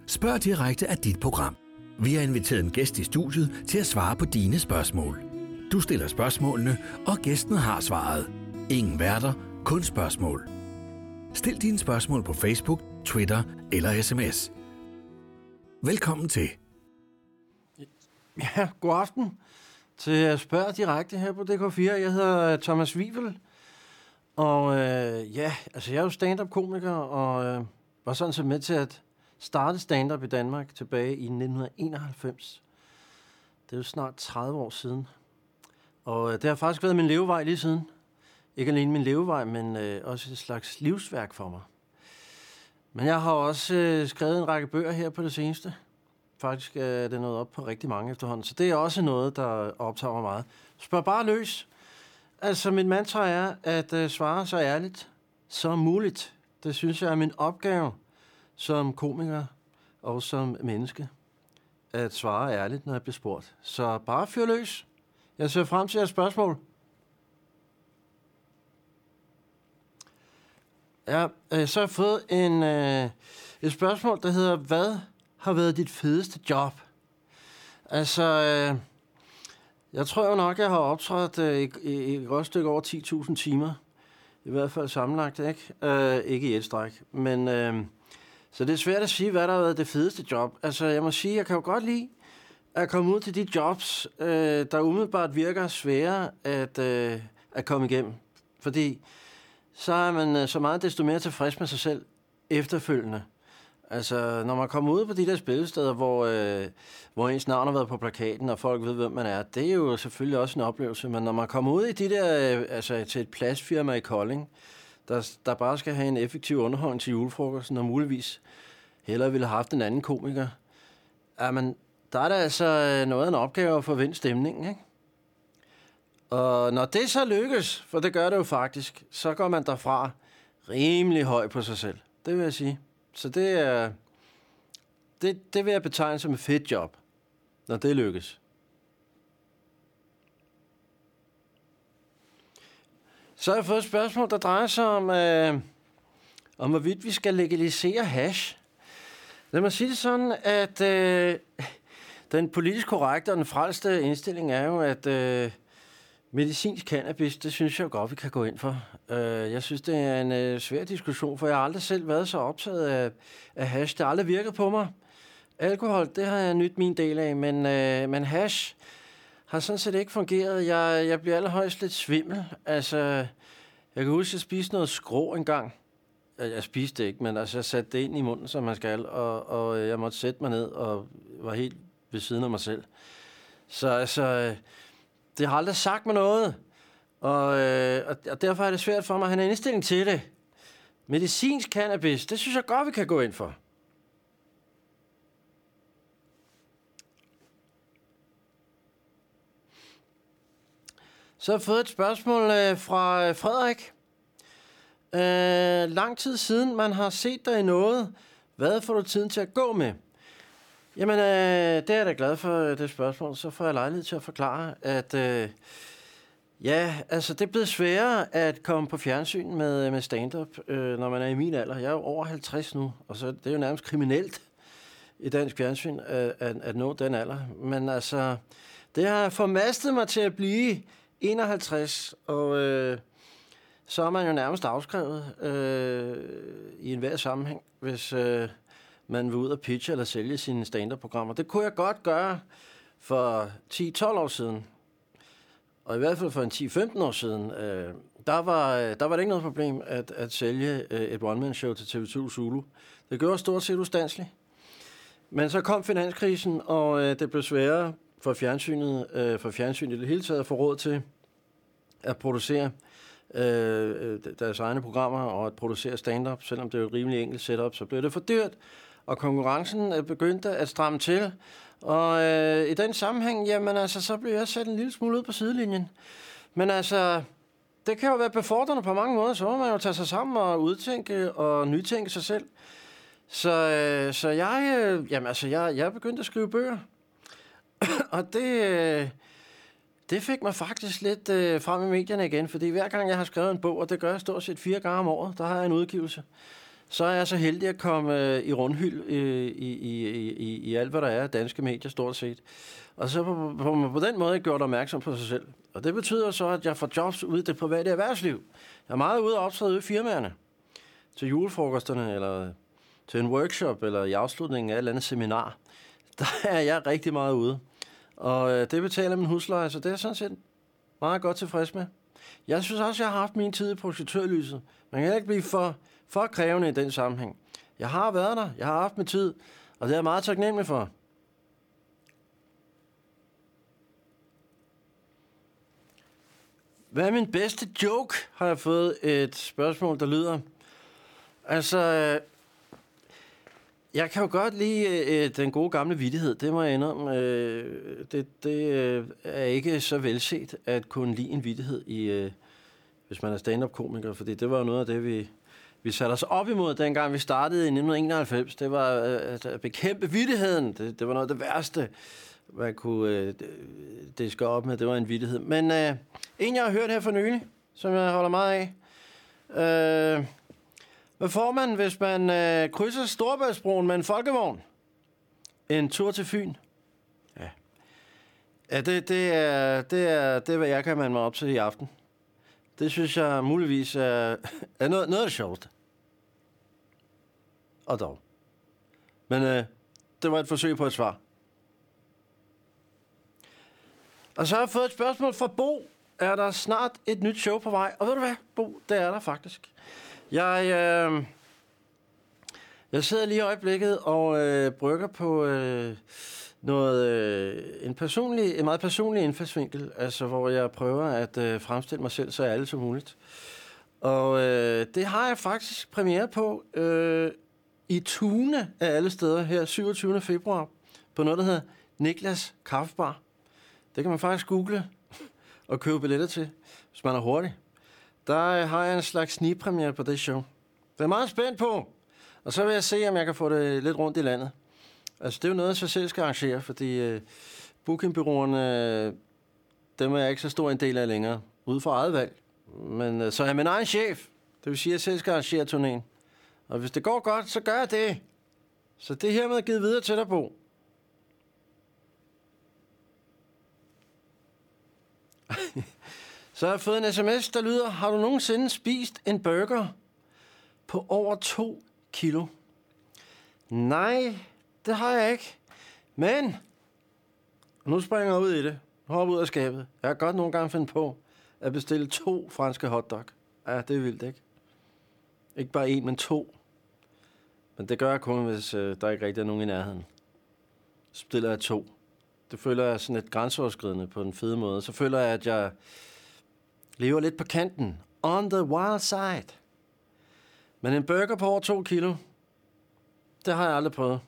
Spørg direkte af dit program. Vi har inviteret en gæst i studiet til at svare på dine spørgsmål. Du stiller spørgsmålene, og gæsten har svaret. Ingen værter, kun spørgsmål. Stil dine spørgsmål på Facebook, Twitter eller sms. Velkommen til. Ja, god aften til Spørg Direkte her på DK4. Jeg hedder Thomas Wivel, og jeg er jo stand-up-komiker, og var sådan set med til at starte stand-up i Danmark tilbage i 1991. Det er jo snart 30 år siden. Og det har faktisk været min levevej lige siden. Ikke alene min levevej, men også et slags livsværk for mig. Men jeg har også skrevet en række bøger her på det seneste. Faktisk er det nået op på rigtig mange efterhånden. Så det er også noget, der optager mig meget. Spørg bare løs. Altså, mit mantra er at svare så ærligt som muligt. Det synes jeg er min opgave som komiker og som menneske. At svare ærligt, når jeg bliver spurgt. Så bare fyr løs. Jeg ser frem til jeres spørgsmål. Ja, så har jeg fået et spørgsmål, der hedder, hvad har været dit fedeste job? Altså, jeg tror jo nok, jeg har optrådt i et godt stykke over 10.000 timer. I hvert fald sammenlagt, ikke? Ikke i et stræk. Men, så det er svært at sige, hvad der har været det fedeste job. Altså, jeg må sige, jeg kan jo godt lide at komme ud til de jobs, der umiddelbart virker svære at komme igennem. Fordi så er man så meget desto mere tilfreds med sig selv efterfølgende. Altså, når man kommer ud på de der spillesteder, hvor ens navn har været på plakaten, og folk ved, hvem man er, det er jo selvfølgelig også en oplevelse. Men når man kommer ud i de der, til et pladsfirma i Kolding, der bare skal have en effektiv underholdning til julefrokosten, og muligvis hellere ville have haft en anden komiker, men der er der altså noget af en opgave at forvente stemningen, ikke? Og når det så lykkes, for det gør det jo faktisk, så går man derfra rimelig høj på sig selv. Det vil jeg sige. Så det vil jeg betegne som et fedt job, når det lykkes. Så har jeg fået et spørgsmål, der drejer sig om hvorvidt vi skal legalisere hash. Lad mig sige det sådan, at den politisk korrekte og den frelste indstilling er jo, at medicinsk cannabis, det synes jeg godt, vi kan gå ind for. Jeg synes, det er en svær diskussion, for jeg har aldrig selv været så optaget af hash. Det har aldrig virket på mig. Alkohol, det har jeg nyt min del af, men hash har sådan set ikke fungeret. Jeg bliver allerhøjst lidt svimmel. Altså, jeg kan huske, at jeg spiste noget skrå engang. Jeg spiste det ikke, men altså, jeg satte det ind i munden, som man skal, og jeg måtte sætte mig ned og var helt ved siden af mig selv. Så altså, det har aldrig sagt mig noget, og derfor er det svært for mig at have en indstilling til det. Medicinsk cannabis, det synes jeg godt, vi kan gå ind for. Så har jeg fået et spørgsmål fra Frederik. Lang tid siden, man har set dig i noget. Hvad får du tiden til at gå med? Jamen, det er jeg da glad for, det spørgsmål. Så får jeg lejlighed til at forklare, at det er blevet sværere at komme på fjernsyn med stand-up, når man er i min alder. Jeg er jo over 50 nu, og så det er jo nærmest kriminelt i dansk fjernsyn at nå den alder. Men altså, det har formastet mig til at blive 51, og så er man jo nærmest afskrevet i enhver sammenhæng, hvis man vil ud og pitche eller sælge sine stand-up-programmer. Det kunne jeg godt gøre for 10-12 år siden. Og i hvert fald for en 10-15 år siden. Der var det ikke noget problem at sælge et one-man-show til TV2 Zulu. Det gjorde stort set ustandsligt. Men så kom finanskrisen, og det blev sværere for fjernsynet i det hele taget at få råd til at producere deres egne programmer og at producere stand-up, selvom det er jo et rimelig enkelt setup, så blev det for dyrt, og konkurrencen begyndte at stramme til. Og i den sammenhæng, jamen altså, så blev jeg sat en lille smule ud på sidelinjen. Men altså, det kan jo være befordrende på mange måder, så må man jo tage sig sammen og udtænke og nytænke sig selv. Så jeg begyndte at skrive bøger, og det fik mig faktisk lidt frem i medierne igen, fordi hver gang jeg har skrevet en bog, og det gør jeg stort set 4 gange om året, der har jeg en udgivelse, så er jeg så heldig at komme i rundhyld i alt, hvad der er danske medier, stort set. Og så på den måde gjort opmærksom på sig selv. Og det betyder så, at jeg får jobs ude i det private erhvervsliv. Jeg er meget ude og optræde ude i firmaerne. Til julefrokosterne, eller til en workshop, eller i afslutningen af et eller andet seminar. Der er jeg rigtig meget ude. Og det betaler min husleje, så det er sådan set meget godt tilfreds med. Jeg synes også, jeg har haft min tid i projektørlyset. Man kan ikke blive for krævende i den sammenhæng. Jeg har været der, jeg har haft min tid, og det er jeg meget taknemmelig for. Hvad er min bedste joke? Har jeg fået et spørgsmål, der lyder. Altså, jeg kan jo godt lide den gode gamle vittighed. Det må jeg indrømme. Det er ikke så velset at kunne lide en vittighed, hvis man er stand-up-komiker. Fordi det var jo noget af det, vi satte os op imod, dengang vi startede i 1991. Det var at bekæmpe vittigheden. Det var noget af det værste, man kunne diske op med. Det var en vittighed. Men en, jeg har hørt her for nylig, som jeg holder meget af. Hvad får man, hvis man krydser Storebæltsbroen med en folkevogn? En tur til Fyn. Ja, det er, hvad jeg kan mande mig op til i aften. Det synes jeg muligvis er noget af det sjoveste. Og dog. Men det var et forsøg på et svar. Og så har jeg fået et spørgsmål fra Bo. Er der snart et nyt show på vej? Og ved du hvad, Bo? Det er der faktisk. Jeg sidder lige i øjeblikket og brygger på en meget personlig indfaldsvinkel, altså hvor jeg prøver at fremstille mig selv så ærligt som muligt. Og det har jeg faktisk premiere på i Tune af alle steder her 27. februar på noget, der hedder Niklas Kaffebar. Det kan man faktisk google og købe billetter til, hvis man er hurtig. Der har jeg en slags snigpremiere på det show. Det er meget spændt på. Og så vil jeg se, om jeg kan få det lidt rundt i landet. Altså, det er jo noget, jeg selv skal arrangere, fordi bookingbureauerne, dem er jeg ikke så stor en del af længere. Ude for eget valg. Men så er jeg min egen chef. Det vil sige, at jeg selv skal arrangere turnéen. Og hvis det går godt, så gør jeg det. Så det er hermed givet videre til dig, Bo. Så har jeg fået en sms, der lyder: har du nogensinde spist en burger på over 2 kilo? Nej, det har jeg ikke. Men nu springer jeg ud i det. Hop ud af skabet. Jeg har godt nogle gange fundet på at bestille 2 franske hotdog. Ja, det er vildt, ikke? Ikke bare 1, men 2. Men det gør jeg kun, hvis der ikke rigtig er nogen i nærheden. Så bestiller jeg 2. Det føler jeg sådan lidt grænseoverskridende på en fede måde. Så føler jeg, at jeg lever lidt på kanten. On the wild side. Men en burger på over 2 kilo, det har jeg aldrig prøvet.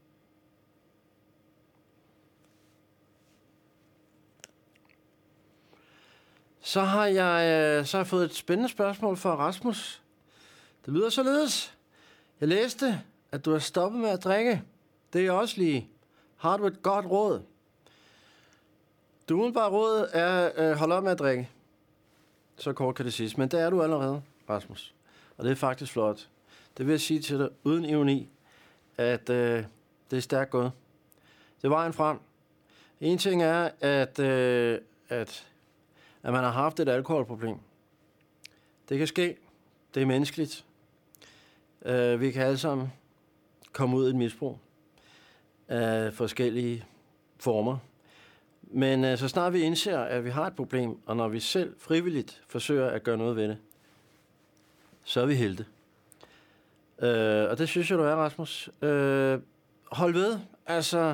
Så har jeg fået et spændende spørgsmål fra Rasmus. Det lyder således: jeg læste, at du har stoppet med at drikke. Det er jeg også lige. Har du et godt råd? Det umiddelbare råd er at holde op med at drikke. Så kort kan det siges. Men det er du allerede, Rasmus. Og det er faktisk flot. Det vil jeg sige til dig uden ironi, at det er stærkt gået. Det er vejen frem. En ting er, at man har haft et alkoholproblem. Det kan ske. Det er menneskeligt. Vi kan alle sammen komme ud i et misbrug af forskellige former. Men så snart vi indser, at vi har et problem, og når vi selv frivilligt forsøger at gøre noget ved det, så er vi helte. Og det synes jeg, du er, Rasmus. Hold ved. Altså,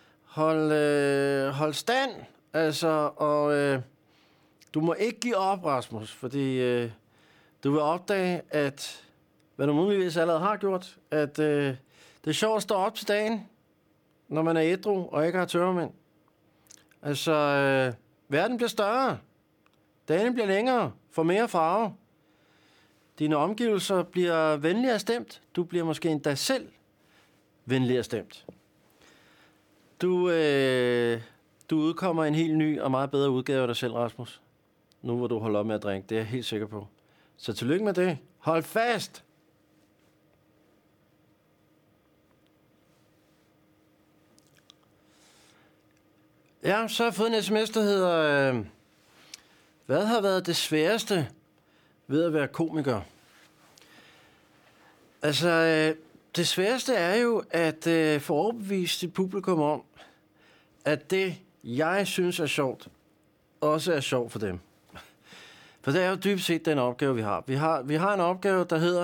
hold stand. Altså, og du må ikke give op, Rasmus, fordi du vil opdage, at, hvad du muligvis allerede har gjort, at det er sjovt at stå op til dagen, når man er ædru og ikke har tørmænd. Altså, verden bliver større. Dagen bliver længere. Får mere farve. Dine omgivelser bliver venligere stemt. Du bliver måske endda selv venligere stemt. Du udkommer en helt ny og meget bedre udgave af dig selv, Rasmus. Nu hvor du holder op med at drikke. Det er jeg helt sikker på. Så tillykke med det. Hold fast! Ja, så har jeg fået en sms, der hedder... hvad har været det sværeste ved at være komiker? Altså, det sværeste er jo at få overbevist sit publikum om, at det, jeg synes er sjovt, også er sjovt for dem. For det er jo dybest set den opgave, vi har. Vi har en opgave, der hedder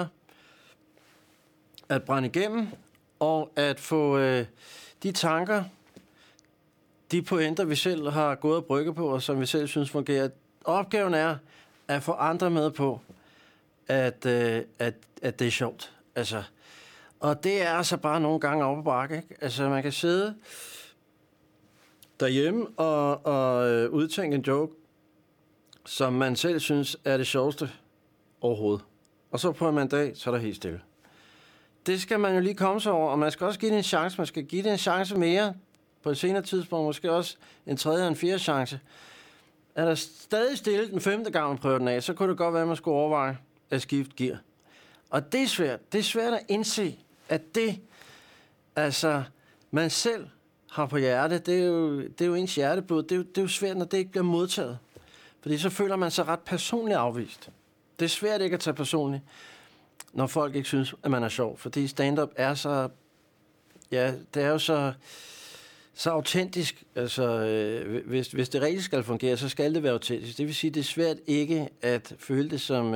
at brænde igennem, og at få de tanker, de pointer, vi selv har gået og brygget på, og som vi selv synes fungerer. Opgaven er at få andre med på, at det er sjovt. Altså, og det er altså bare nogle gange op ad bakke, ikke? Altså, man kan sidde derhjemme og udtænke en joke, som man selv synes er det sjoveste overhovedet. Og så på en mandag, så er der helt stille. Det skal man jo lige komme sig over, og man skal også give det en chance. Man skal give det en chance mere på et senere tidspunkt, måske også en tredje og en fjerde chance. Er der stadig stille den 5. gang, man prøver den af, så kunne det godt være, at man skulle overveje at skifte gear. Og det er svært. Det er svært at indse, at det, altså, man selv har på hjerte, det er jo ens hjerteblod. Det er jo svært, når det ikke bliver modtaget. Fordi så føler man sig ret personligt afvist. Det er svært ikke at tage personligt, når folk ikke synes, at man er sjov. Fordi stand-up er så... Ja, det er jo så autentisk. Altså, hvis det rigtig skal fungere, så skal det være autentisk. Det vil sige, det er svært ikke at føle det som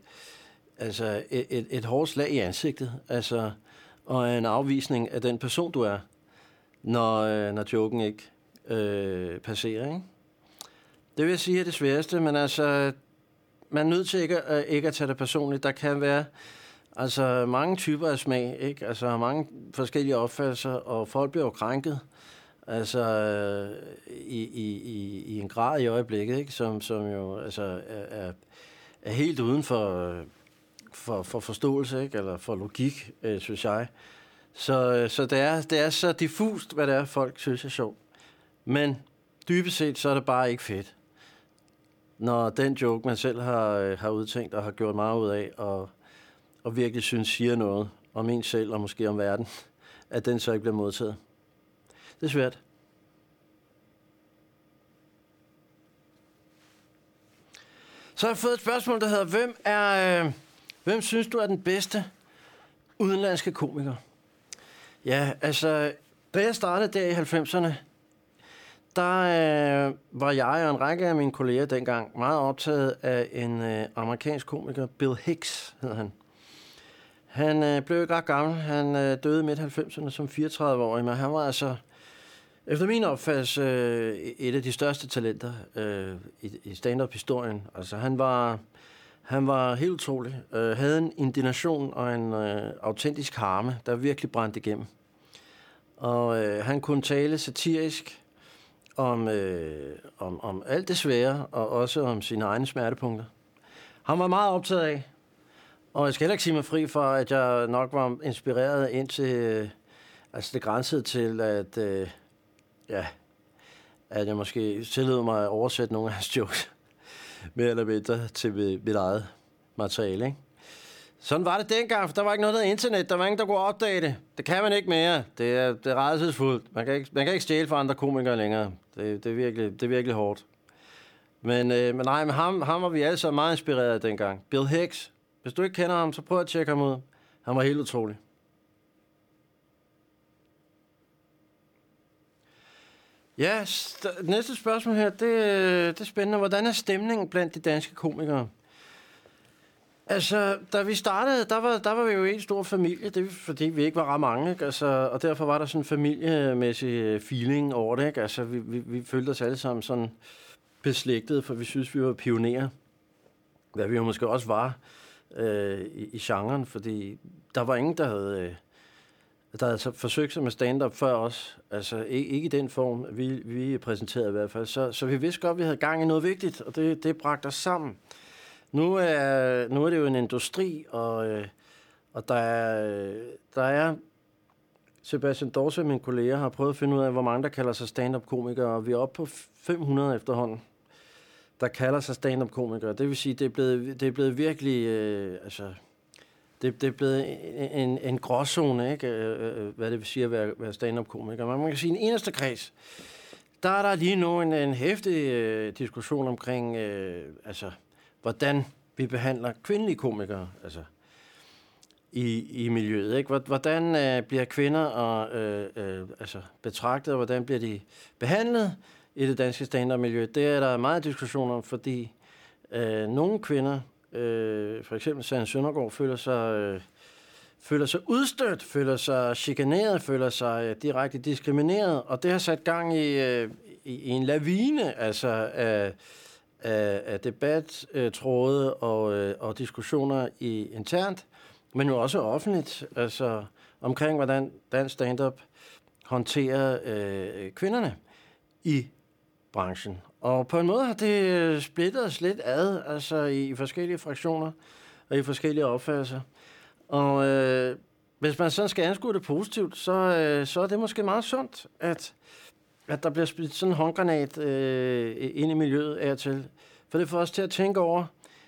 et hårdt slag i ansigtet. Altså, og en afvisning af den person, du er, når joken ikke passerer, ikke? Det vil jeg sige er det sværeste, men altså, man er nødt til ikke at tage det personligt. Der kan være altså mange typer af smag, ikke? Altså mange forskellige opfattelser, og folk bliver jo krænket. Altså i en grad i øjeblikket, ikke? Som jo altså er helt uden for forståelse, ikke? Eller for logik, synes jeg. Så det er så diffust, hvad det er, folk synes er sjovt. Men dybest set, så er det bare ikke fedt, når den joke, man selv har udtænkt og har gjort meget ud af, og virkelig synes siger noget om en selv og måske om verden, at den så ikke bliver modtaget. Det er svært. Så har jeg fået et spørgsmål, der hedder, hvem synes du er den bedste udenlandske komiker? Ja, altså, da jeg startede der i 90'erne, der var jeg og en række af mine kolleger dengang meget optaget af en amerikansk komiker, Bill Hicks hed han. Han blev ikke ret gammel. Han døde midt 90'erne som 34-årig, men han var altså, efter min opfattelse, et af de største talenter i stand-up-historien. Altså, han var helt utrolig. Havde en indignation og en autentisk harme, der virkelig brændte igennem. Og han kunne tale satirisk om alt det svære, og også om sine egne smertepunkter. Han var meget optaget af, og jeg skal heller ikke sige mig fri for, at jeg nok var inspireret indtil, altså det grænsede til, at jeg måske tillod mig at oversætte nogle af hans jokes mere eller mindre til mit eget materiale, ikke? Sådan var det dengang, for der var ikke noget der internet. Der var ingen, der kunne opdage det. Det kan man ikke mere. Det er rædselsfuldt. Man kan ikke stjæle for andre komikere længere. Det er virkelig hårdt. Men ham var vi alle sammen meget inspireret af dengang. Bill Hicks. Hvis du ikke kender ham, så prøv at tjekke ham ud. Han var helt utrolig. Ja, næste spørgsmål her, det er spændende. Hvordan er stemningen blandt de danske komikere? Altså, da vi startede, der var vi jo en stor familie, det er fordi vi ikke var ret mange, ikke? Altså, og derfor var der sådan en familiemæssig feeling over det, ikke? Altså, vi følte os alle sammen sådan beslægtede, for vi synes, vi var pionerer, hvad vi jo måske også var i genren, fordi der var ingen, der havde forsøgt sig med stand-up før os. Altså, ikke i den form, vi præsenterede i hvert fald. Så vi vidste godt, at vi havde gang i noget vigtigt, og det bragte os sammen. Nu er det jo en industri, og der er Sebastian Dorset, min kollega, har prøvet at finde ud af, hvor mange der kalder sig stand-up-komikere, og vi er oppe på 500 efterhånden, der kalder sig stand-up-komikere. Det vil sige, det er blevet virkelig, det er blevet en gråzone, ikke? Hvad det vil sige at være stand-up-komiker. Man kan sige, en eneste kreds, der er der lige nu en heftig diskussion omkring, hvordan vi behandler kvindelige komikere, altså i miljøet, ikke? Hvordan bliver kvinder betragtet, og hvordan bliver de behandlet i det danske stand-up-miljø? Det er der meget diskussion om, fordi nogle kvinder, for eksempel Sanne Søndergaard, føler sig udstødt, føler sig chikaneret, føler sig direkte diskrimineret, og det har sat gang i en lavine af debattråde og diskussioner internt, men jo også offentligt, altså omkring, hvordan dansk stand-up håndterer kvinderne i branchen. Og på en måde har det splittet os lidt ad, altså i forskellige fraktioner og i forskellige opfattelser. Og hvis man så skal anskue det positivt, så er det måske meget sundt, at der bliver splittet sådan en håndgranat ind i miljøet af og til. For det får os til at tænke over,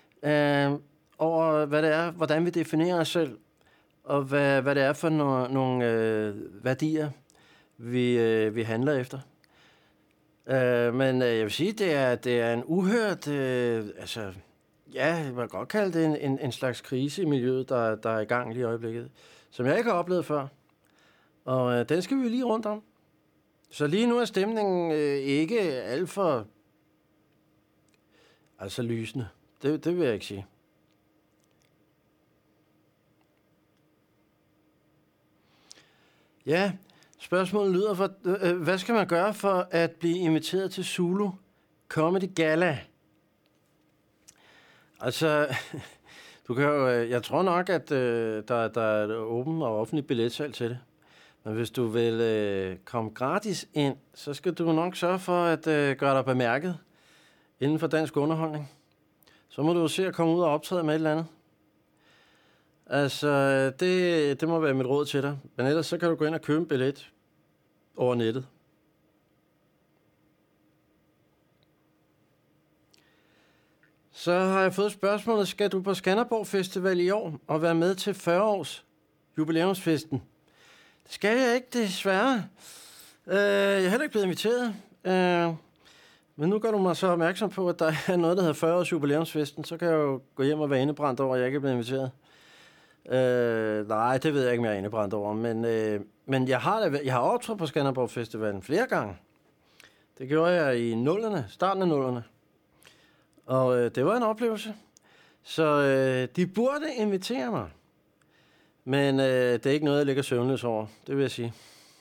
hvad det er, hvordan vi definerer os selv, og hvad det er for nogle værdier, vi handler efter. Men jeg vil sige, det er en uhørt, man kan godt kalde det en slags krise i miljøet, der er i gang lige i øjeblikket, som jeg ikke har oplevet før. Og den skal vi lige rundt om. Så lige nu er stemningen ikke alt for lysende. Det vil jeg ikke sige. Ja, spørgsmålet lyder, hvad skal man gøre for at blive inviteret til Zulu Comedy Gala? Altså, du kan jo, jeg tror nok, at der er et åbent og offentligt billetsalg til det. Men hvis du vil komme gratis ind, så skal du nok sørge for at gøre dig bemærket inden for dansk underholdning. Så må du se at komme ud og optræde med et eller andet. Altså, det må være mit råd til dig. Men ellers så kan du gå ind og købe en billet over nettet. Så har jeg fået spørgsmålet, skal du på Skanderborg Festival i år og være med til 40 års jubilæumsfesten? Det skal jeg ikke, desværre. Jeg er heller ikke blevet inviteret. Men nu gør du mig så opmærksom på, at der er noget, der hedder 40 års jubilæumsfesten. Så kan jeg jo gå hjem og være indebrændt over, at jeg ikke er blevet inviteret. Nej, det ved jeg ikke, om jeg er indebrændt over. Men jeg har optrådt på Skanderborg Festivalen flere gange. Det gjorde jeg i starten af 00'erne. Og det var en oplevelse. Så de burde invitere mig. Men det er ikke noget, jeg ligger søvnløs over. Det vil jeg sige.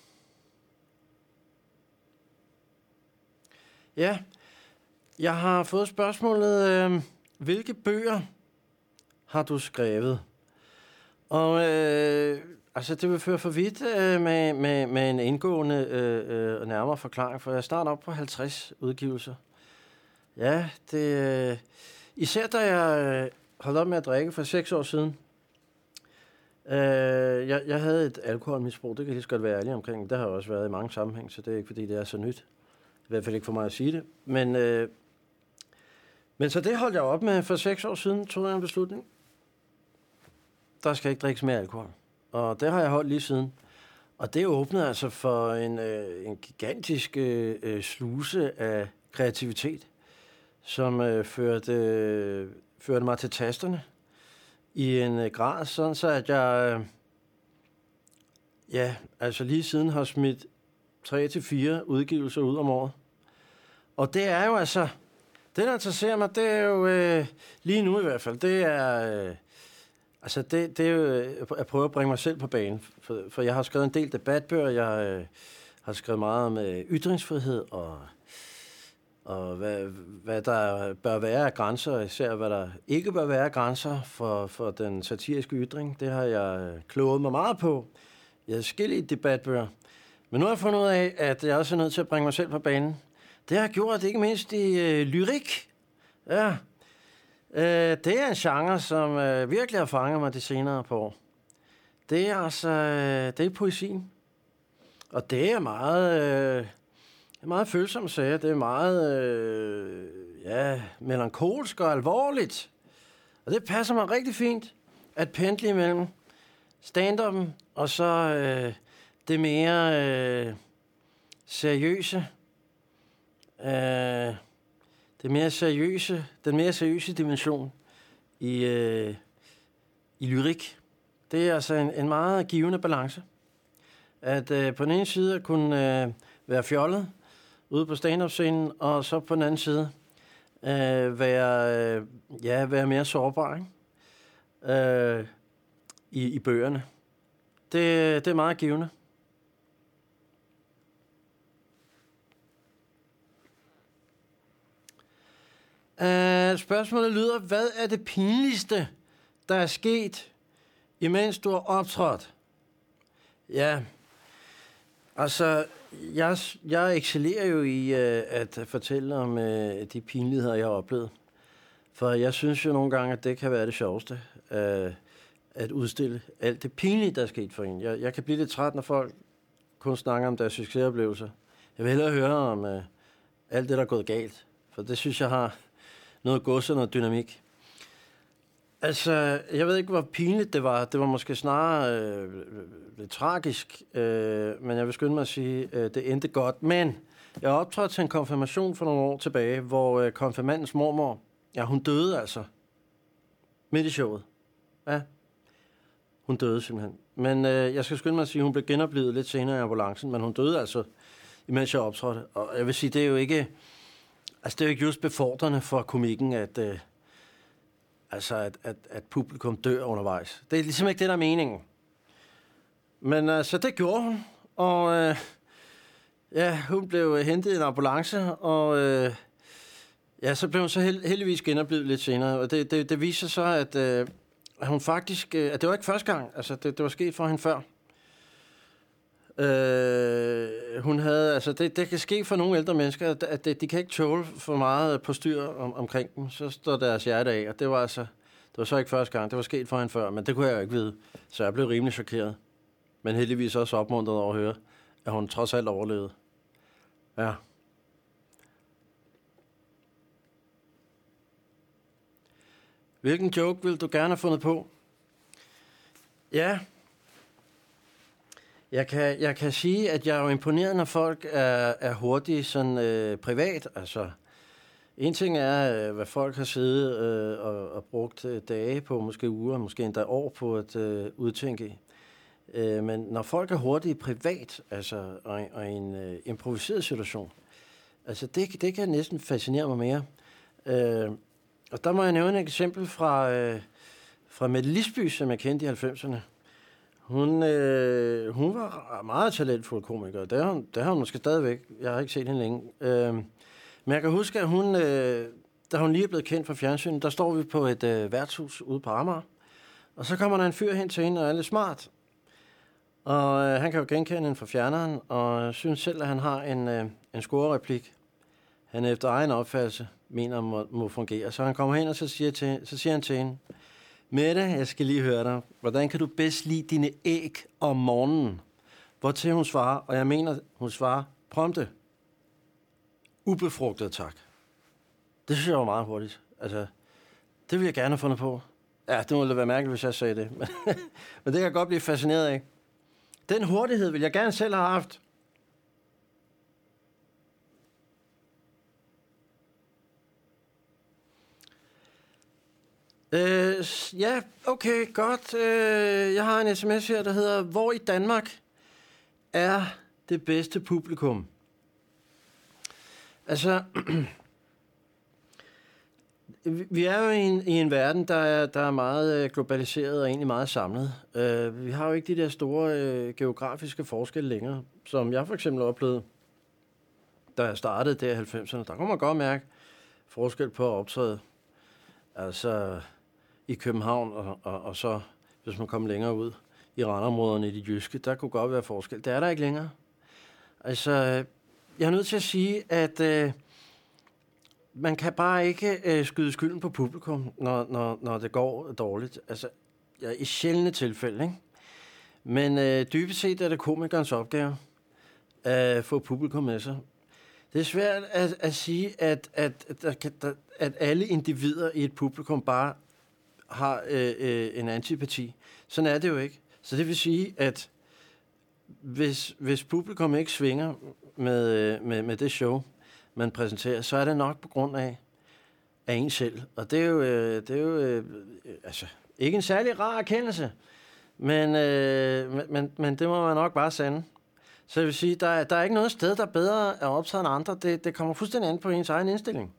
Ja, jeg har fået spørgsmålet, hvilke bøger har du skrevet? Og det vil føre for vidt med en indgående og nærmere forklaring, for jeg starter op på 50 udgivelser. Ja, især da jeg holdt op med at drikke for 6 år siden. Jeg havde et alkoholmisbrug, det kan lige så godt være ærlig omkring. Det har også været i mange sammenhæng, så det er ikke fordi, det er så nyt. I hvert fald ikke for mig at sige det. Men så det holdt jeg op med for 6 år siden, tog jeg en beslutning. Der skal ikke drikkes mere alkohol. Og det har jeg holdt lige siden. Og det åbnede altså for en gigantisk sluse af kreativitet, som førte mig til tasterne i en grad, sådan så at jeg lige siden har smidt 3-4 udgivelser ud om året. Og det er jo det der interesserer mig, det er jo lige nu i hvert fald, det er det er jo at prøve at bringe mig selv på banen, for jeg har skrevet en del debatbøger, jeg har skrevet meget om ytringsfrihed og hvad der bør være af grænser, især hvad der ikke bør være af grænser for den satiriske ytring. Det har jeg kloget mig meget på. Jeg har forskellige debatbøger. Men nu har jeg fundet ud af, at jeg også er nødt til at bringe mig selv på banen. Det har gjort ikke mindst i lyrik. Ja. Det er en genre, som virkelig har fanget mig de senere par år. Det er det er poesien. Og det er meget følsomme sager. Det er meget melankolsk og alvorligt. Og det passer mig rigtig fint at pendle imellem stand-up'en og så det mere seriøse den mere seriøse dimension i lyrik. Det er altså en meget givende balance. At på den ene side at kunne være fjollet ude på stand-up-scenen, og så på den anden side være mere sårbar, ikke? I bøgerne. Det er meget givende. Spørgsmålet lyder, hvad er det pinligste, der er sket, imens du har optrådt? Ja, altså, jeg excellerer jo i at fortælle om de pinligheder, jeg har oplevet. For jeg synes jo nogle gange, at det kan være det sjoveste, at udstille alt det pinlige, der er sket for en. Jeg kan blive lidt træt, når folk kun snakker om deres succesoplevelser. Jeg vil hellere høre om alt det, der er gået galt. For det synes jeg har noget gods og noget dynamik. Altså, jeg ved ikke, hvor pinligt det var. Det var måske snarere lidt tragisk, men jeg vil skynde mig at sige, det endte godt. Men jeg optrådte til en konfirmation for nogle år tilbage, hvor konfirmandens mormor, ja, hun døde altså. Midt i showet. Ja, hun døde simpelthen. Men jeg skal skynde mig at sige, at hun blev genoplevet lidt senere i ambulancen, men hun døde altså, imens jeg optrådte. Og jeg vil sige, det er jo ikke just befordrende for komikken, at publikum dør undervejs. Det er ligesom ikke det, der er meningen. Men altså, det gjorde hun. Og hun blev hentet i en ambulance, og så blev hun så heldigvis genoplevet lidt senere. Og det viser så, at hun faktisk... at det var ikke første gang. Altså, det var sket for hende før. Hun havde... Altså, det kan ske for nogle ældre mennesker, at de kan ikke tåle for meget på styr omkring dem. Så står deres hjerte af, og det var så ikke første gang. Det var sket for hende før, men det kunne jeg jo ikke vide. Så jeg blev rimelig chokeret. Men heldigvis også opmuntret over at høre, at hun trods alt overlevede. Ja. Hvilken joke vil du gerne have fundet på? Ja. Jeg kan sige, at jeg er jo imponeret, når folk er hurtige sådan privat. Altså, en ting er, hvad folk har siddet og brugt dage på, måske uger, måske endda år på at udtænke. Men når folk er hurtige privat, altså, og i en improviseret situation, altså det kan næsten fascinere mig mere. Og der må jeg nævne et eksempel fra Mette Lisby, som jeg kendte i 90'erne. Hun var meget talentfuld komiker. Det har hun måske stadigvæk. Jeg har ikke set hende længe. Men jeg kan huske, at hun, da hun lige er blevet kendt fra fjernsynet, der står vi på et værtshus ude på Amager. Og så kommer der en fyr hen til hende og er lidt smart. Og han kan jo genkende hende fra fjerneren, og synes selv, at han har en scorereplik. Han efter egen opfattelse mener må fungere. Så han kommer hen, og så siger han til hende: Mette, jeg skal lige høre dig. Hvordan kan du bedst lide dine æg om morgenen? Hvortil hun svarer, og jeg mener, hun svarer prompte: ubefrugtet, tak. Det synes jeg var meget hurtigt. Altså, det vil jeg gerne have fundet på. Ja, det må være mærkeligt, hvis jeg sagde det. Men det kan jeg godt blive fascineret af. Den hurtighed vil jeg gerne selv have haft. Ja, okay, godt. Jeg har en sms her, der hedder: hvor i Danmark er det bedste publikum? Altså, vi er jo i en verden, der er meget globaliseret og egentlig meget samlet. Vi har jo ikke de der store geografiske forskelle længere, som jeg for eksempel oplevede, da jeg startede der i 90'erne. Der kunne man godt mærke forskel på at optræde. Altså i København, og så, hvis man kom længere ud i randområderne i de jyske, der kunne godt være forskel. Det er der ikke længere. Altså, jeg er nødt til at sige, at man kan bare ikke skyde skylden på publikum, når det går dårligt. Altså, ja, i sjældne tilfælde, ikke? Men dybest set er det komikernes opgave at få publikum med sig. Det er svært at sige, at alle individer i et publikum bare har en antipati. Sådan er det jo ikke. Så det vil sige, at hvis publikum ikke svinger med det show, man præsenterer, så er det nok på grund af en selv. Og det er jo altså, ikke en særlig rar erkendelse, men det må man nok bare sande. Så jeg vil sige, der er ikke noget sted, der bedre er optaget end andre. Det kommer fuldstændig an på ens egen indstilling.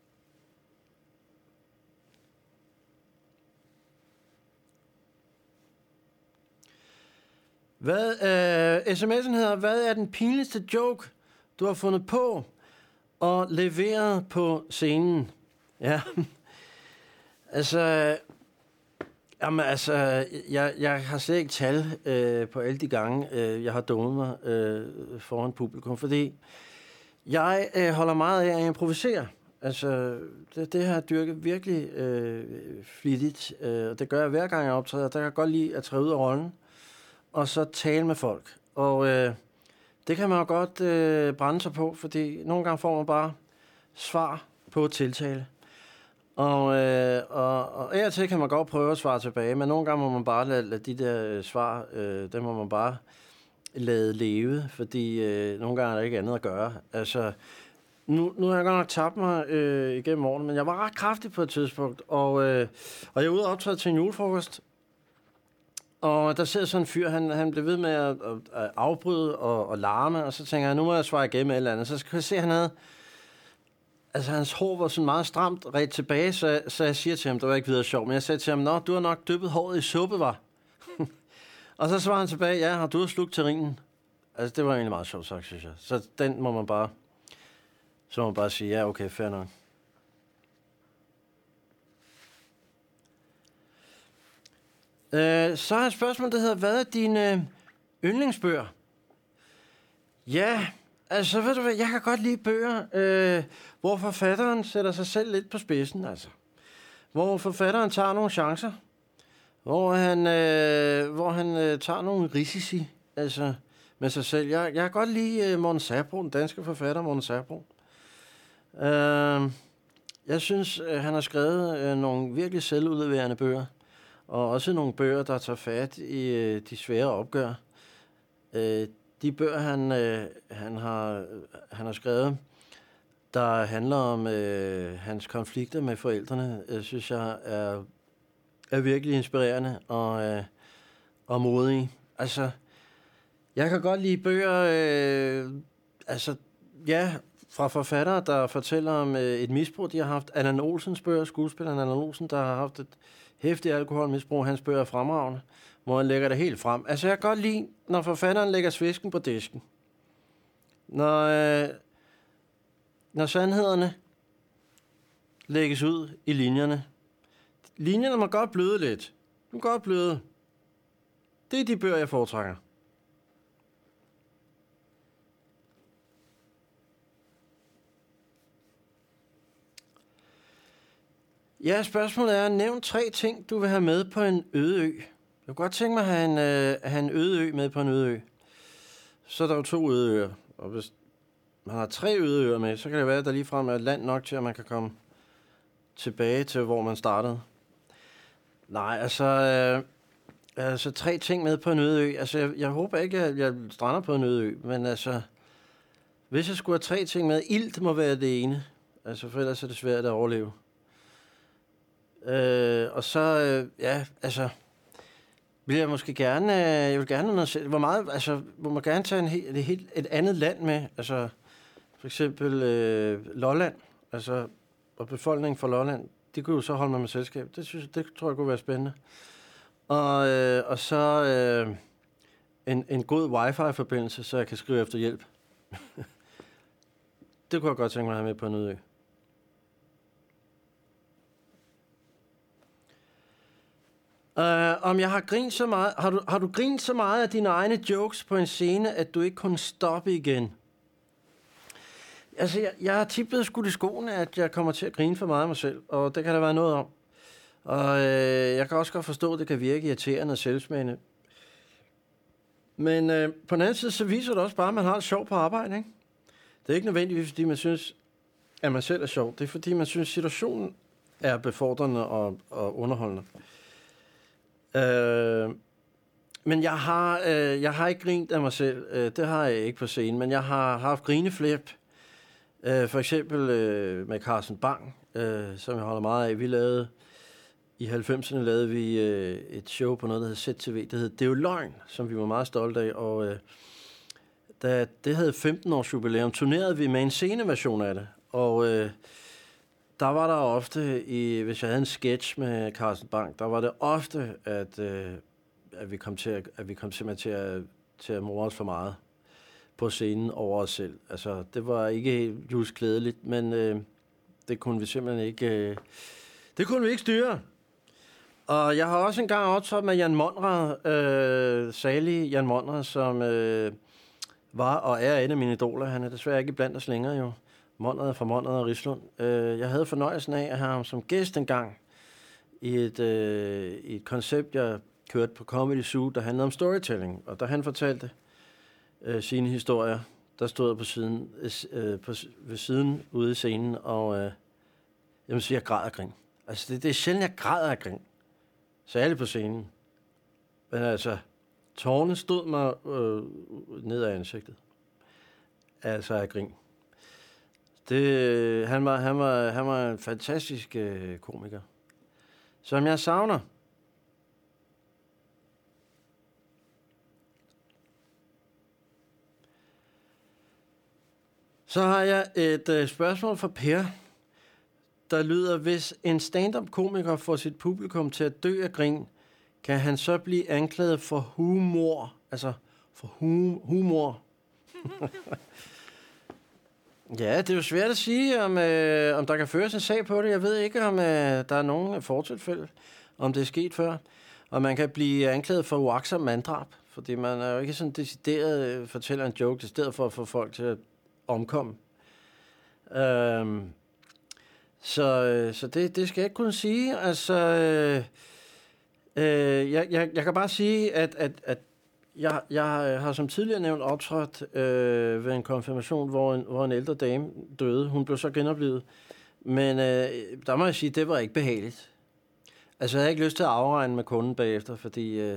SMS'en hedder, hvad er den pinligste joke, du har fundet på og leveret på scenen? Ja, altså, jeg har slet ikke tal på alle de gange, jeg har dummet mig foran publikum, fordi jeg holder meget af at improvisere. Altså, det har jeg dyrket virkelig flittigt, og det gør jeg hver gang jeg optræder. Der kan jeg godt lide at træde ud af rollen, og så tale med folk. Og det kan man jo godt brænde sig på, fordi nogle gange får man bare svar på tiltale. Og af og til kan man godt prøve at svare tilbage, men nogle gange må man bare lade de der svar, dem må man bare lade leve, fordi nogle gange er der ikke andet at gøre. Altså, nu har jeg godt nok tabt mig igennem årene, men jeg var ret kraftig på et tidspunkt, og jeg er ude og optræde til en julefrokost, og der sidder sådan en fyr, han blev ved med at afbryde og larme, og så tænker jeg, nu må jeg svare igennem et eller andet. Så skal jeg se, at han havde... Altså, hans hår var sådan meget stramt ret tilbage, så jeg siger til ham, det var ikke videre sjovt, men jeg sagde til ham, nå, du har nok dyppet håret i suppe, var. Og så svarer han tilbage, ja, har du slugt terrinen? Altså, det var egentlig meget sjovt sagt, synes jeg. Så den må man bare sige, ja, okay, fair nok. Så har jeg et spørgsmål, der hedder, hvad er dine yndlingsbøger? Ja, altså, ved du hvad, jeg kan godt lide bøger, hvor forfatteren sætter sig selv lidt på spidsen, altså. Hvor forfatteren tager nogle chancer. Hvor han tager nogle risici, altså, med sig selv. Jeg kan godt lide Morten Sabroe, den danske forfatter Morten Sabroe. Jeg synes, han har skrevet nogle virkelig selvudleverende bøger. Og også nogle bøger, der tager fat i de svære opgør. De bøger, han har skrevet, der handler om hans konflikter med forældrene, synes jeg er virkelig inspirerende og modige. Altså, jeg kan godt lide bøger, fra forfattere, der fortæller om et misbrug, de har haft. Allan Olsens bøger, skuespilleren Allan Olsen, der har haft et hæftigt alkoholmisbrug. Hans bøger er fremragende, hvor han lægger det helt frem. Altså, jeg kan godt lide, når forfatteren lægger svisken på disken. Når sandhederne lægges ud i linjerne. Linjerne må godt bløde lidt. De må godt bløde. Det er de bøger, jeg foretrækker. Ja, spørgsmålet er, nævn 3 ting, du vil have med på en øde ø. Jeg kunne godt tænke mig at have en øde ø med på en øde ø. Så er der jo 2 øde øer. Og hvis man har 3 øde øer med, så kan det være, at der ligefrem er land nok til, at man kan komme tilbage til, hvor man startede. Nej, altså 3 ting med på en øde ø. Altså, jeg håber ikke, at jeg strander på en øde ø, men altså, hvis jeg skulle have 3 ting med, ilt må være det ene. Altså, for ellers er det svært at overleve. Og så, vil jeg måske gerne, jeg vil gerne noget selv. Hvor meget, altså, må man gerne tage et andet land med, altså, for eksempel Lolland, altså, og befolkningen fra Lolland, de kunne jo så holde mig med selskab. Det tror jeg kunne være spændende. Og så en god wifi-forbindelse, så jeg kan skrive efter hjælp. Det kunne jeg godt tænke mig at have med på en øde ø. Om jeg har grint så meget... Har du grint så meget af dine egne jokes på en scene, at du ikke kunne stoppe igen? Altså, jeg har tit blevet skudt i skoene, at jeg kommer til at grine for meget af mig selv, og det kan der være noget om. Og jeg kan også godt forstå, at det kan virke irriterende og selvsmagende. Men på den anden side, så viser det også bare, at man har det sjovt på arbejde, ikke? Det er ikke nødvendigvis, fordi man synes, at man selv er sjov. Det er, fordi man synes, at situationen er befordrende og underholdende. Men jeg har ikke grint af mig selv. Det har jeg ikke på scenen, men jeg har haft grineflip For eksempel med Carsten Bang, som jeg holder meget af. Vi lavede i 90'erne et show på noget, der hed ZTV. Det hed Det er jo løgn, som vi var meget stolte af. Og da det havde 15 års jubilæum, turnerede vi med en sceneversion af det. Og der var der ofte, hvis jeg havde en sketch med Carsten Bang, der var det ofte, at vi kom simpelthen til at more os for meget på scenen over os selv. Altså, det var ikke just klædeligt, men det kunne vi simpelthen ikke... det kunne vi ikke styre. Og jeg har også engang optrådt med Jan Monrad, salig Jan Monrad, som var og er en af mine idoler. Han er desværre ikke blandt os længere, jo. Monrad fra Monrad og Rislund. Jeg havde fornøjelsen af at have ham som gæst engang i et koncept, jeg kørte på Comedy Zoo, der handlede om storytelling. Og da han fortalte sine historier, der stod jeg på siden, ved siden ude i scenen, og jeg må sige, jeg græd af grin. Altså, det er sjældent, jeg græder af grin. Særligt på scenen. Men altså, tårerne stod mig ned ad ansigtet. Altså af grin. Han var en fantastisk komiker, som jeg savner. Så har jeg et spørgsmål fra Per, der lyder: hvis en stand-up-komiker får sit publikum til at dø af grin, kan han så blive anklaget for humor? Altså, for humor. Ja, det er jo svært at sige, om der kan føres en sag på det. Jeg ved ikke, om der er nogen fortilfælde, om det er sket før. Og man kan blive anklaget for uagtsomt manddrab, fordi man er jo ikke sådan decideret fortæller en joke, i stedet for at få folk til at omkomme. Så det skal jeg ikke kunne sige. Altså, jeg kan bare sige, at jeg har som tidligere nævnt optrådt ved en konfirmation, hvor en ældre dame døde. Hun blev så genoplivet. Men der må jeg sige, det var ikke behageligt. Altså, jeg havde ikke lyst til at afregne med kunden bagefter, fordi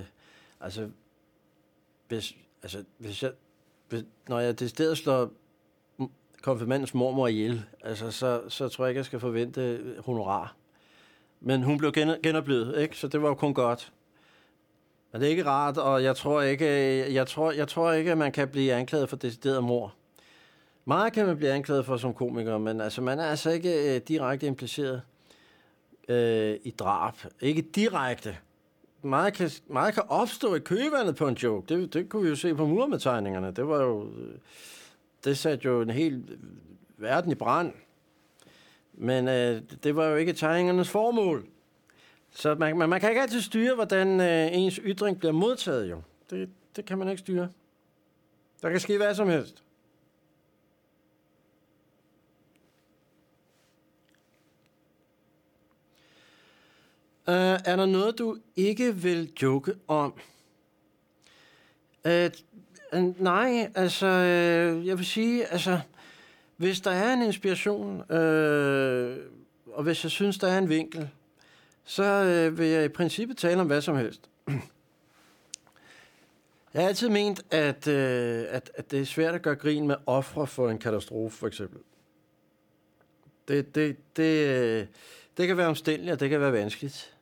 når jeg decideret slår konfirmandens mormor ihjel, altså, så tror jeg ikke, jeg skal forvente honorar. Men hun blev genoplivet, ikke? Så det var jo kun godt. Men det er ikke rart, og jeg tror ikke, at man kan blive anklaget for decideret mord. Meget kan man blive anklaget for som komiker, men altså, man er altså ikke direkte impliceret i drab. Ikke direkte. Meget kan opstå i køvandet på en joke. Det kunne vi jo se på Muhammed-tegningerne. Det satte jo en hel verden i brand. Men det var jo ikke tegningernes formål. Så man kan ikke altid styre, hvordan ens ytring bliver modtaget, jo. Det kan man ikke styre. Der kan ske hvad som helst. Er der noget, du ikke vil joke om? Nej, altså, jeg vil sige, altså, hvis der er en inspiration, og hvis jeg synes, der er en vinkel, så vil jeg i princippet tale om hvad som helst. Jeg har altid ment, at det er svært at gøre grin med ofre for en katastrofe, for eksempel. Det kan være omstændeligt, og det kan være vanskeligt.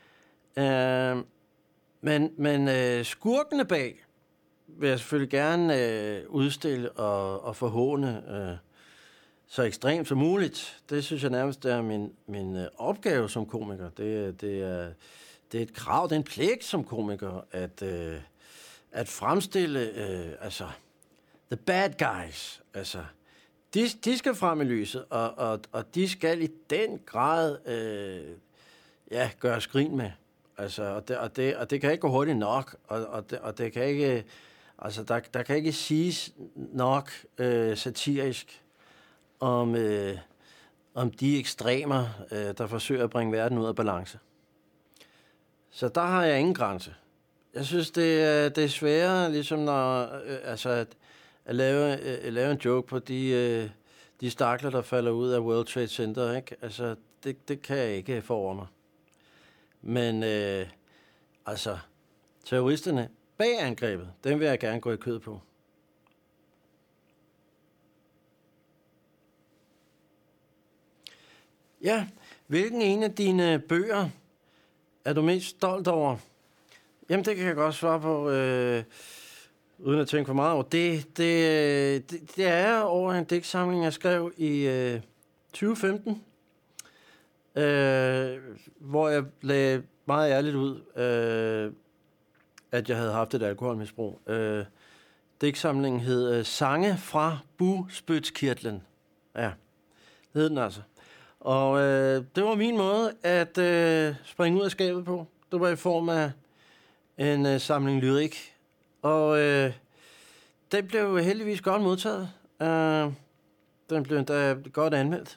Men skurkene bag vil jeg selvfølgelig gerne udstille og forhåne så ekstremt som muligt. Det synes jeg nærmest er min opgave som komiker. Det er et krav, det er en pligt som komiker, at fremstille the bad guys. Altså, de skal frem i lyset, og de skal i den grad gøre skrin med. Altså, og det kan ikke gå hurtigt nok, og det kan ikke, altså, der kan ikke siges nok satirisk om de ekstremer, der forsøger at bringe verden ud af balance. Så der har jeg ingen grænse. Jeg synes, det er sværere, ligesom når, at lave en joke på de stakler, der falder ud af World Trade Center, ikke? Altså, det kan jeg ikke få over mig. Men, terroristerne bag angrebet, dem vil jeg gerne gå i kød på. Ja, hvilken en af dine bøger er du mest stolt over? Jamen, det kan jeg godt svare på, uden at tænke for meget over. Det er over en digtsamling, jeg skrev i 2015, hvor jeg lagde meget ærligt ud, at jeg havde haft et alkoholmisbrug. Digtsamlingen hed Sange fra Bugspytkirtlen. Ja, det hed den altså. Og det var min måde at springe ud af skabet på. Det var i form af en samling lyrik. Og den blev heldigvis godt modtaget. Den blev endda godt anmeldt.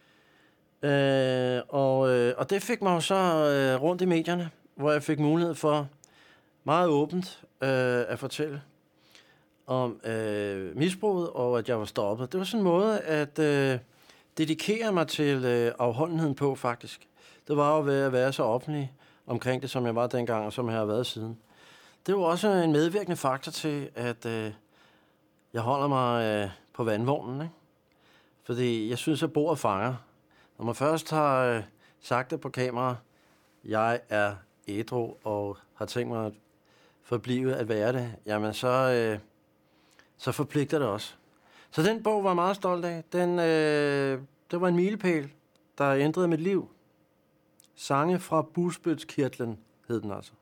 Og det fik mig jo så rundt i medierne, hvor jeg fik mulighed for meget åbent at fortælle om misbruget, og at jeg var stoppet. Det var sådan en måde at dedikere mig til afholdenheden på, faktisk. Det var jo ved at være så offentlig omkring det, som jeg var dengang, og som jeg har været siden. Det var også en medvirkende faktor til, at jeg holder mig på vandvognen, ikke? Fordi jeg synes, at bordet fanger. Når man først har sagt det på kamera, jeg er ædru og har tænkt mig at forblive at være det, jamen så forpligter det også. Så den bog var jeg meget stolt af. Det var en milepæl, der ændrede mit liv. Sange fra Bugspytkirtlen hed den altså.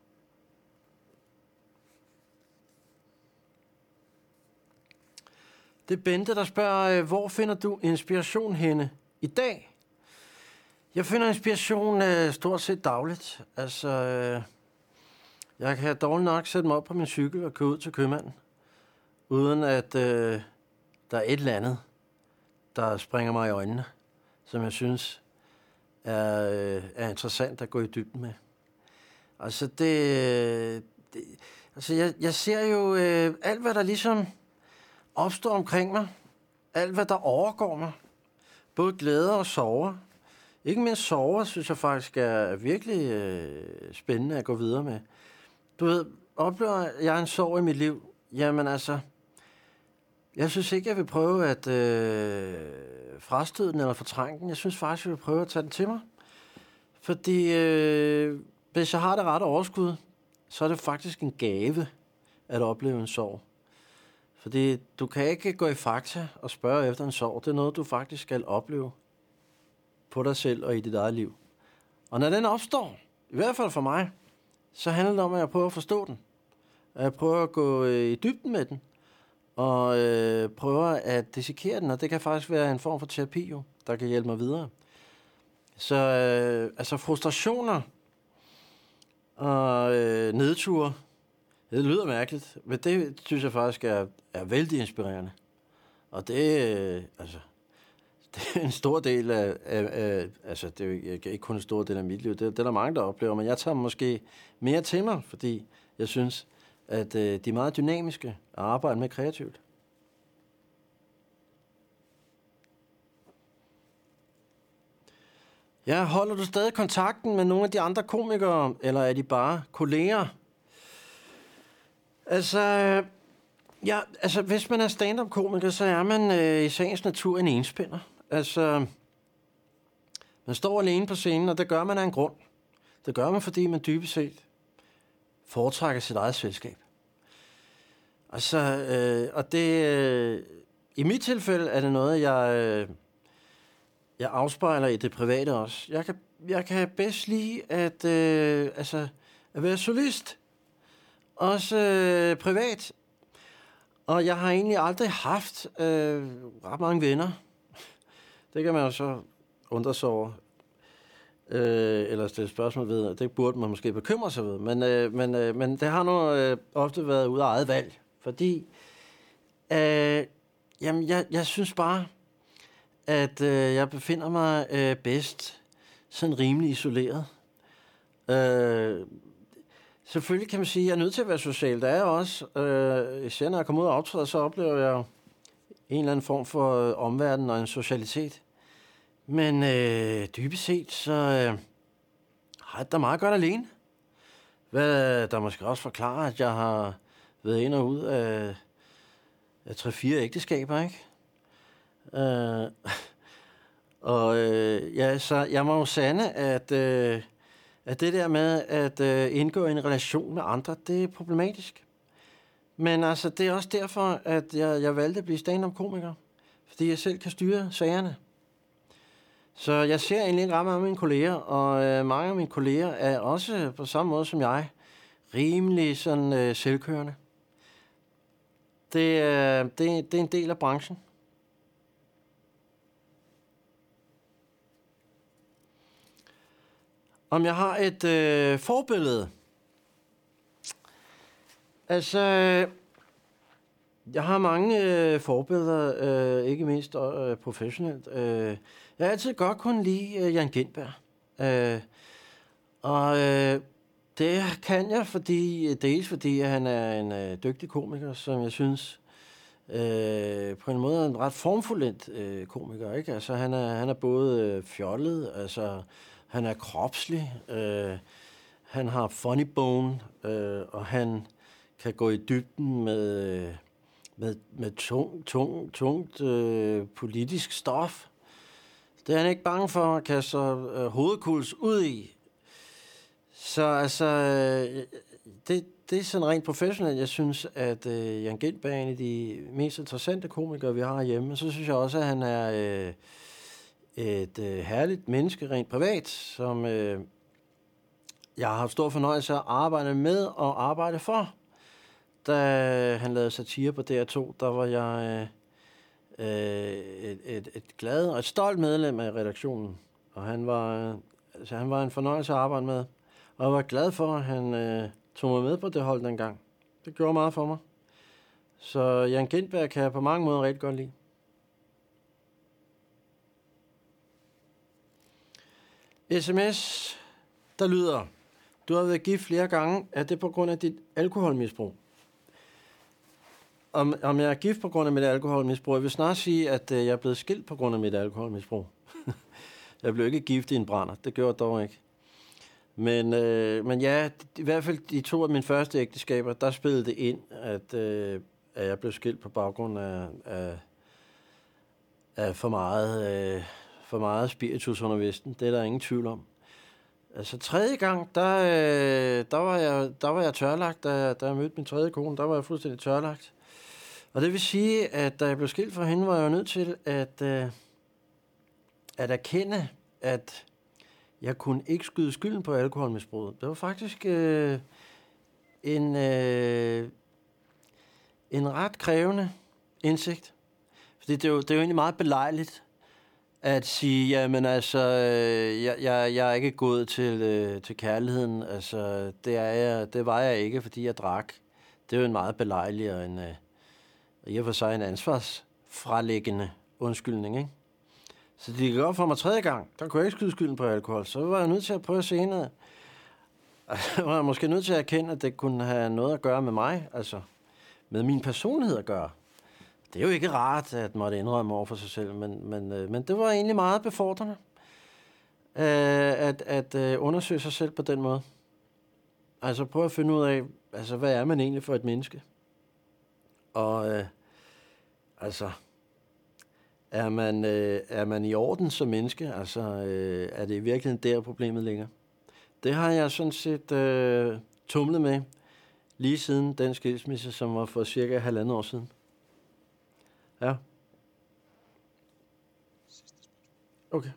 Det er Bente, der spørger, hvor finder du inspiration henne i dag? Jeg finder inspiration stort set dagligt. Altså, jeg kan dårligt nok sætte mig op på min cykel og køre ud til købmanden, uden at der er et eller andet, der springer mig i øjnene, som jeg synes er interessant at gå i dybden med. Altså, jeg ser jo alt, hvad der ligesom opstår omkring mig. Alt, hvad der overgår mig. Både glæder og sorger. Ikke mindst sorger, synes jeg faktisk er virkelig spændende at gå videre med. Du ved, oplever jeg en sorg i mit liv? Jamen altså, jeg synes ikke, jeg vil prøve at frastøde den eller fortrænge den. Jeg synes faktisk, jeg vil prøve at tage den til mig. Fordi hvis jeg har det rette overskud, så er det faktisk en gave at opleve en sorg. Fordi du kan ikke gå i Fakta og spørge efter en sorg. Det er noget, du faktisk skal opleve på dig selv og i dit eget liv. Og når den opstår, i hvert fald for mig, så handler det om, at jeg prøver at forstå den. At jeg prøver at gå i dybden med den. Og prøver at dissekere den. Og det kan faktisk være en form for terapi, jo, der kan hjælpe mig videre. Så altså frustrationer og nedture, det lyder mærkeligt, men det synes jeg faktisk er vældig inspirerende. Og det er en stor del af altså det er ikke kun en stor del af mit liv, det er der mange, der oplever, men jeg tager måske mere til mig, fordi jeg synes, at de er meget dynamiske at arbejde med kreativt. Ja, holder du stadig kontakten med nogle af de andre komikere, eller er de bare kolleger? Altså, hvis man er stand-up-komiker, så er man i sagens natur en enspænder. Altså, man står alene på scenen, og det gør man af en grund. Det gør man, fordi man dybest set foretrækker sit eget selskab. Altså, og det... I mit tilfælde er det noget, jeg afspejler i det private også. Jeg kan bedst lide at være solist. Også privat. Og jeg har egentlig aldrig haft ret mange venner. Det kan man jo så undre sig over. Eller stille spørgsmål ved. Det burde man måske bekymre sig ved. Men det har nu ofte været ud af eget valg. Fordi jeg synes bare, at jeg befinder mig bedst sådan rimelig isoleret. Selvfølgelig kan man sige, at jeg er nødt til at være social. Der er også, især når jeg kommer ud og optræder, så oplever jeg en eller anden form for omverden og en socialitet. Men dybest set, så har jeg da meget godt alene. Hvad der måske også forklarer, at jeg har været ind og ud af 3-4 ægteskaber, ikke? Og så jeg må jo sande, at det der med at indgå i en relation med andre, det er problematisk. Men altså, det er også derfor, at jeg valgte at blive stand-up-komiker. Fordi jeg selv kan styre sagerne. Så jeg ser egentlig ikke ret meget af mine kolleger, og mange af mine kolleger er også på samme måde som jeg, rimelig sådan selvkørende. Det er en del af branchen. Om jeg har et forbillede? Altså, jeg har mange forbilleder, ikke mindst professionelt. Jeg har altid godt kunnet lide Jan Gintberg. Det kan jeg, fordi han er en dygtig komiker, som jeg synes på en måde er en ret formfuldendt komiker. Ikke? Altså, han er både fjollet, altså han er kropslig, han har funny bone, og han kan gå i dybden med tungt politisk stof. Det er han ikke bange for at kaste hovedkuls ud i. Så altså, det er sådan rent professionelt. Jeg synes, at Jan Gintberg er en af de mest interessante komikere, vi har hjemme. Så synes jeg også, at han er et herligt menneske rent privat, som jeg har haft stor fornøjelse at arbejde med og arbejde for. Da han lavede satire på DR2, der var jeg et glad og et stolt medlem af redaktionen. Og han var en fornøjelse at arbejde med. Og jeg var glad for, at han tog mig med på det hold dengang. Det gjorde meget for mig. Så Jan Gintberg kan jeg på mange måder rigtig godt lide. SMS, der lyder: du har været gift flere gange. Er det på grund af dit alkoholmisbrug? Om jeg er gift på grund af mit alkoholmisbrug? Jeg vil snart sige, at jeg er blevet skilt på grund af mit alkoholmisbrug. Jeg blev ikke gift i en brænder. Det gjorde jeg dog ikke. Men ja, i hvert fald de 2 af mine første ægteskaber, der spillede det ind, at jeg blev skilt på baggrund af for meget spiritus under vesten. Det er der ingen tvivl om. Altså 3. gang, der var jeg tørlagt, da jeg mødte min 3. kone. Der var jeg fuldstændig tørlagt. Og det vil sige, at da jeg blev skilt fra hende, var jeg jo nødt til at erkende, at jeg kunne ikke skyde skylden på alkoholmisbruget. Det var faktisk en ret krævende indsigt. Fordi det er jo egentlig meget belejligt at sige, jamen altså, jeg er ikke gået til kærligheden. Altså, det var jeg ikke, fordi jeg drak. Det er jo en meget belejlig og i og for sig en ansvarsfralæggende undskyldning, ikke? Så det gik op for mig 3. gang. Der kunne jeg ikke skyde skylden på alkohol. Så var jeg nødt til at prøve senere. Jeg var måske nødt til at erkende, at det kunne have noget at gøre med mig. Altså med min personlighed at gøre. Det er jo ikke rart at måtte indrømme over for sig selv. Men det var egentlig meget befordrende. At undersøge sig selv på den måde. Altså prøve at finde ud af, altså hvad er man egentlig for et menneske? Og altså... Er man i orden som menneske? Altså, er det i virkeligheden der, problemet ligger? Det har jeg sådan set tumlet med lige siden den skilsmisse, som var for cirka 1,5 år siden. Ja. Okay.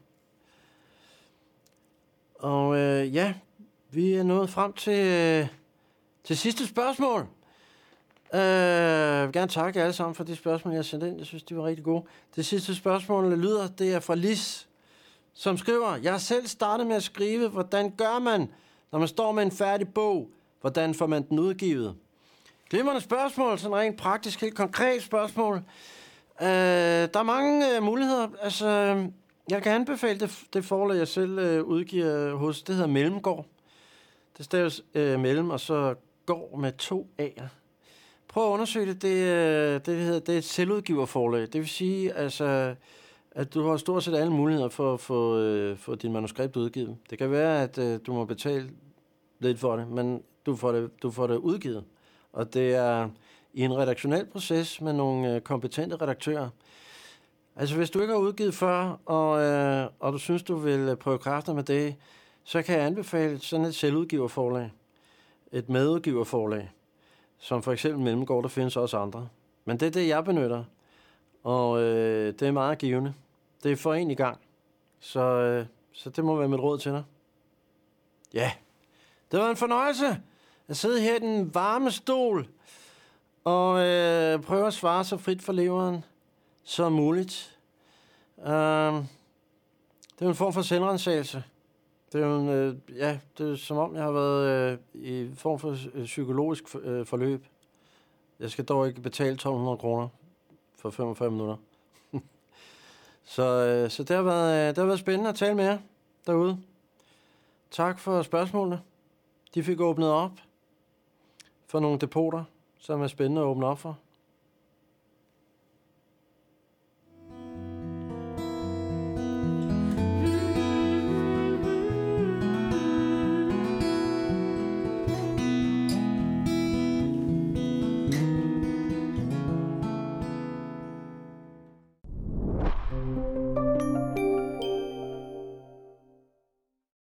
Og ja, vi er nået frem til sidste spørgsmål. Jeg vil gerne takke jer alle sammen for de spørgsmål, jeg har sendt ind. Jeg synes, de var rigtig gode. Det sidste spørgsmål lyder, det er fra Lis, som skriver: jeg har selv startet med at skrive, hvordan gør man, når man står med en færdig bog? Hvordan får man den udgivet? Glimrende spørgsmål, sådan rent praktisk, helt konkret spørgsmål. Der er mange muligheder. Altså, jeg kan anbefale det forlag, jeg selv udgiver hos. Det hedder Mellemgård. Det staves mellem, og så går med 2 A'er. Prøv at undersøge det. Det er et selvudgiverforlag. Det vil sige, altså, at du har stort set alle muligheder for at få din manuskript udgivet. Det kan være, at du må betale lidt for det, men du får det udgivet. Og det er i en redaktionel proces med nogle kompetente redaktører. Altså, hvis du ikke har udgivet før, og du synes, du vil prøve kræfter med det, så kan jeg anbefale sådan et selvudgiverforlag. Et medudgiverforlag. Som for eksempel Mellemgård, der findes også andre. Men det er det, jeg benytter. Og det er meget givende. Det er for en i gang. Så det må være mit råd til dig. Ja, det var en fornøjelse at sidde her i den varme stol og prøve at svare så frit for leveren som muligt. Det er jo en form for selvrensagelse. Det er jo det er som om, jeg har været i en form for psykologisk forløb. Jeg skal dog ikke betale 1.200 kroner for 45 minutter. Så det har været spændende at tale med jer derude. Tak for spørgsmålene. De fik åbnet op for nogle depoter, som er spændende at åbne op for.